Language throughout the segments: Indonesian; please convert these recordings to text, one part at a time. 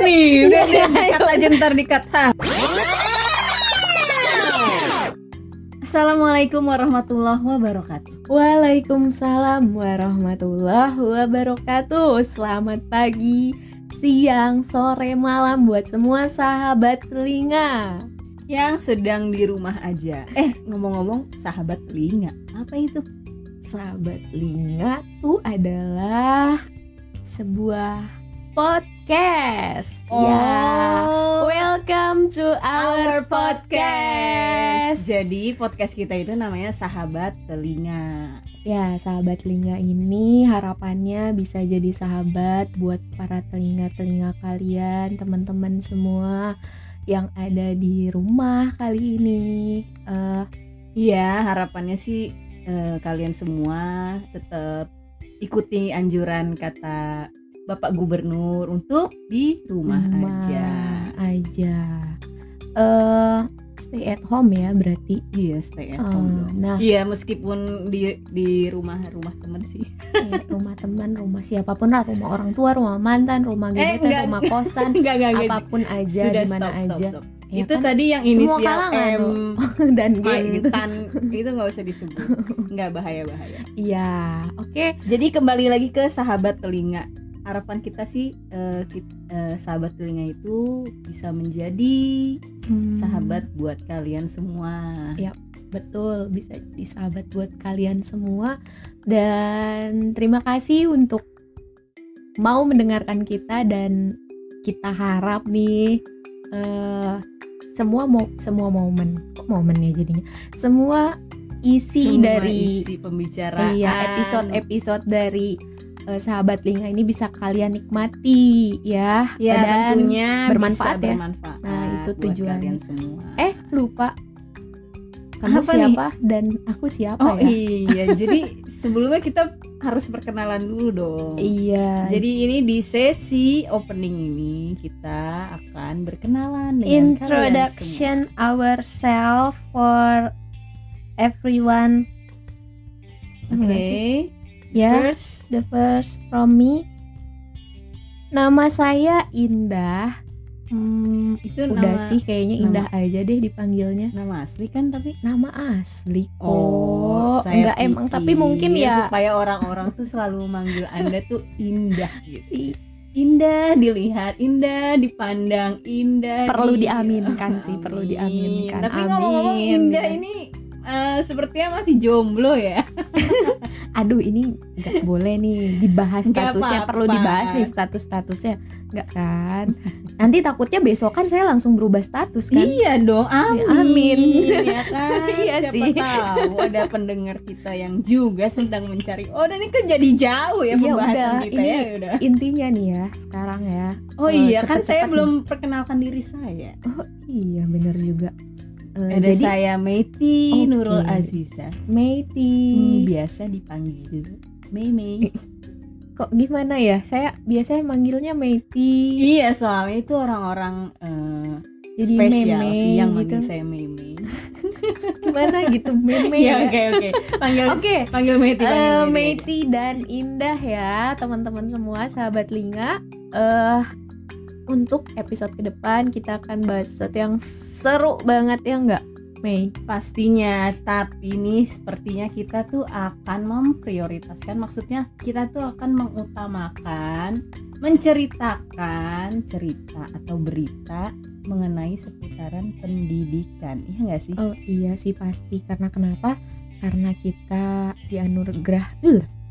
nih. Udah dikat aja ntar dikat. Assalamualaikum warahmatullahi wabarakatuh. Waalaikumsalam warahmatullahi wabarakatuh. Selamat pagi, siang, sore, malam buat semua sahabat telinga yang sedang di rumah aja. Ngomong-ngomong sahabat telinga, apa itu? Sahabat telinga tuh adalah sebuah podcast. Welcome to our podcast. Jadi podcast kita itu namanya Sahabat Telinga. Ya, sahabat telinga ini harapannya bisa jadi sahabat buat para telinga-telinga kalian, teman-teman semua yang ada di rumah kali ini. Iya, harapannya sih kalian semua tetap ikuti anjuran kata Bapak Gubernur untuk di rumah aja. Stay at home ya berarti. Iya, stay at home dong. Nah, iya, meskipun di rumah teman sih. Rumah teman, rumah siapapun lah, rumah orang tua, rumah mantan, rumah gebetan, rumah kosan, apapun aja, sudah, di mana aja. Stop. Ya itu kan? tadi yang Semua inisial kalangan M dan G gitu. mantan itu nggak usah disebut, nggak bahaya. Iya, oke. Jadi kembali lagi ke sahabat telinga. Harapan kita sih sahabat telinga itu bisa menjadi sahabat buat kalian semua. Ya, betul, bisa jadi sahabat buat kalian semua. Dan terima kasih untuk mau mendengarkan kita, dan kita harap nih semua momen ya jadinya. Semua isi pembicaraan. Iya, episode dari sahabat telinga ini bisa kalian nikmati ya, dan tentunya bermanfaat bisa ya. bermanfaat. Nah, itu tujuan kalian semua. Lupa. Kamu apa siapa nih? Dan aku siapa ya? Iya, jadi sebelumnya kita harus perkenalan dulu dong. Iya. Jadi ini di sesi opening ini kita akan berkenalan dengan Introduction ourselves for everyone. Oke. Ya, the first from me. Nama saya Indah. Itu udah sih kayaknya Indah aja deh dipanggilnya. Nama asli kan, tapi nama asli kok. Saya enggak emang, tapi mungkin ya supaya orang-orang tuh selalu manggil Anda tuh Indah gitu. Indah dilihat, indah dipandang, indah perlu diaminkan sih, perlu diaminkan. Tapi ngomong-ngomong Indah ini sepertinya masih jomblo ya. Aduh, ini nggak boleh nih dibahas statusnya, apa-apa. perlu dibahas nih statusnya, nggak kan? Nanti takutnya besokan saya langsung berubah status kan? Iya dong, amin. Ya kan? Iya siapa sih. tahu ada pendengar kita yang juga sedang mencari. Oh, dan ini kan jadi jauh ya pembahasan udah, kita ini ya udah. Intinya nih ya sekarang ya. Iya, kan saya belum perkenalkan diri saya. Oh iya, benar juga. Ada jadi saya Meiti Nurul Okay. Aziza. Meiti. Biasa dipanggil Mei. Kok gimana ya? Saya biasanya manggilnya Meiti. Iya, soalnya itu orang-orang Jadi spesial Meme sih yang gitu. manggil saya Mei. Gimana gitu, Meme Ya, ya. oke. Panggil Meiti. Meiti dan Indah ya, teman-teman semua sahabat telinga. Untuk episode ke depan kita akan bahas sesuatu yang seru banget ya nggak, Mei? Pastinya, tapi ini sepertinya kita tuh akan memprioritaskan, maksudnya kita tuh akan mengutamakan menceritakan cerita atau berita mengenai seputaran pendidikan. Iya nggak sih? Oh iya sih pasti, karena kenapa? Karena kita dianugerahkan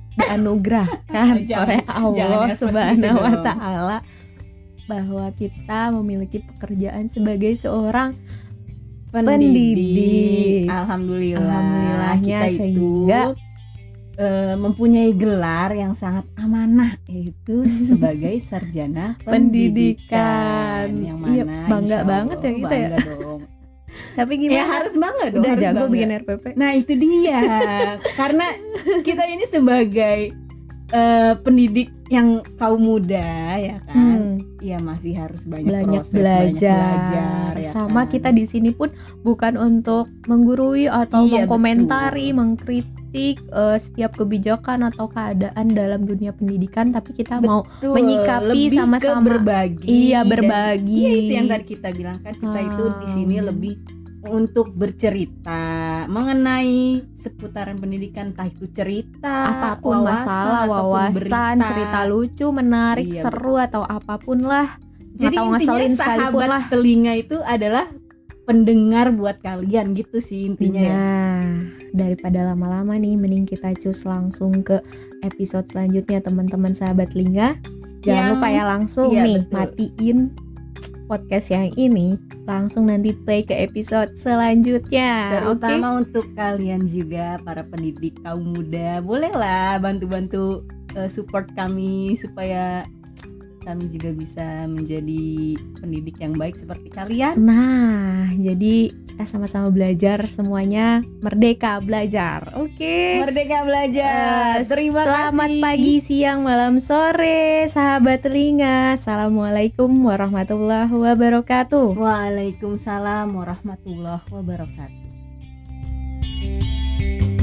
oleh Allah Subhanahu wa Ta'ala bahwa kita memiliki pekerjaan sebagai seorang pendidik. Alhamdulillahnya, kita sehingga mempunyai gelar yang sangat amanah, yaitu sebagai sarjana pendidikan. Yang mana iya, bangga banget ya kita ya. Dong. Tapi gimana? Ya harus bangga dong. Udah harus jago bangga. bikin RPP. Nah itu dia. Karena kita ini sebagai pendidik yang kaum muda ya kan, ya masih harus banyak proses, belajar ya sama kan? Kita di sini pun bukan untuk menggurui atau mengkomentari, mengkritik mengkritik setiap kebijakan atau keadaan dalam dunia pendidikan, tapi kita mau Betul, menyikapi lebih ke sama-sama. berbagi. Iya, Dan berbagi. iya, itu yang tadi kita bilang kan, kita itu di sini lebih untuk bercerita mengenai seputaran pendidikan, entah itu cerita, apapun masalah, wawasan, cerita lucu, menarik, Iya, seru atau apapun lah. Jadi atau intinya ngeselin sekalipun sahabat lah. telinga itu adalah pendengar buat kalian gitu sih intinya ya. Nah, daripada lama-lama nih, mending kita cus langsung ke episode selanjutnya teman-teman sahabat telinga. Jangan lupa ya langsung nih matiin podcast yang ini, langsung nanti play ke episode selanjutnya. Terutama untuk kalian juga para pendidik kaum muda, bolehlah bantu-bantu support kami supaya kami juga bisa menjadi pendidik yang baik seperti kalian. Nah, jadi kita sama-sama belajar semuanya, merdeka belajar. Oke. Merdeka belajar. Terima kasih. Selamat pagi, siang, malam, sore, sahabat telinga. Assalamualaikum warahmatullahi wabarakatuh. Waalaikumsalam warahmatullahi wabarakatuh.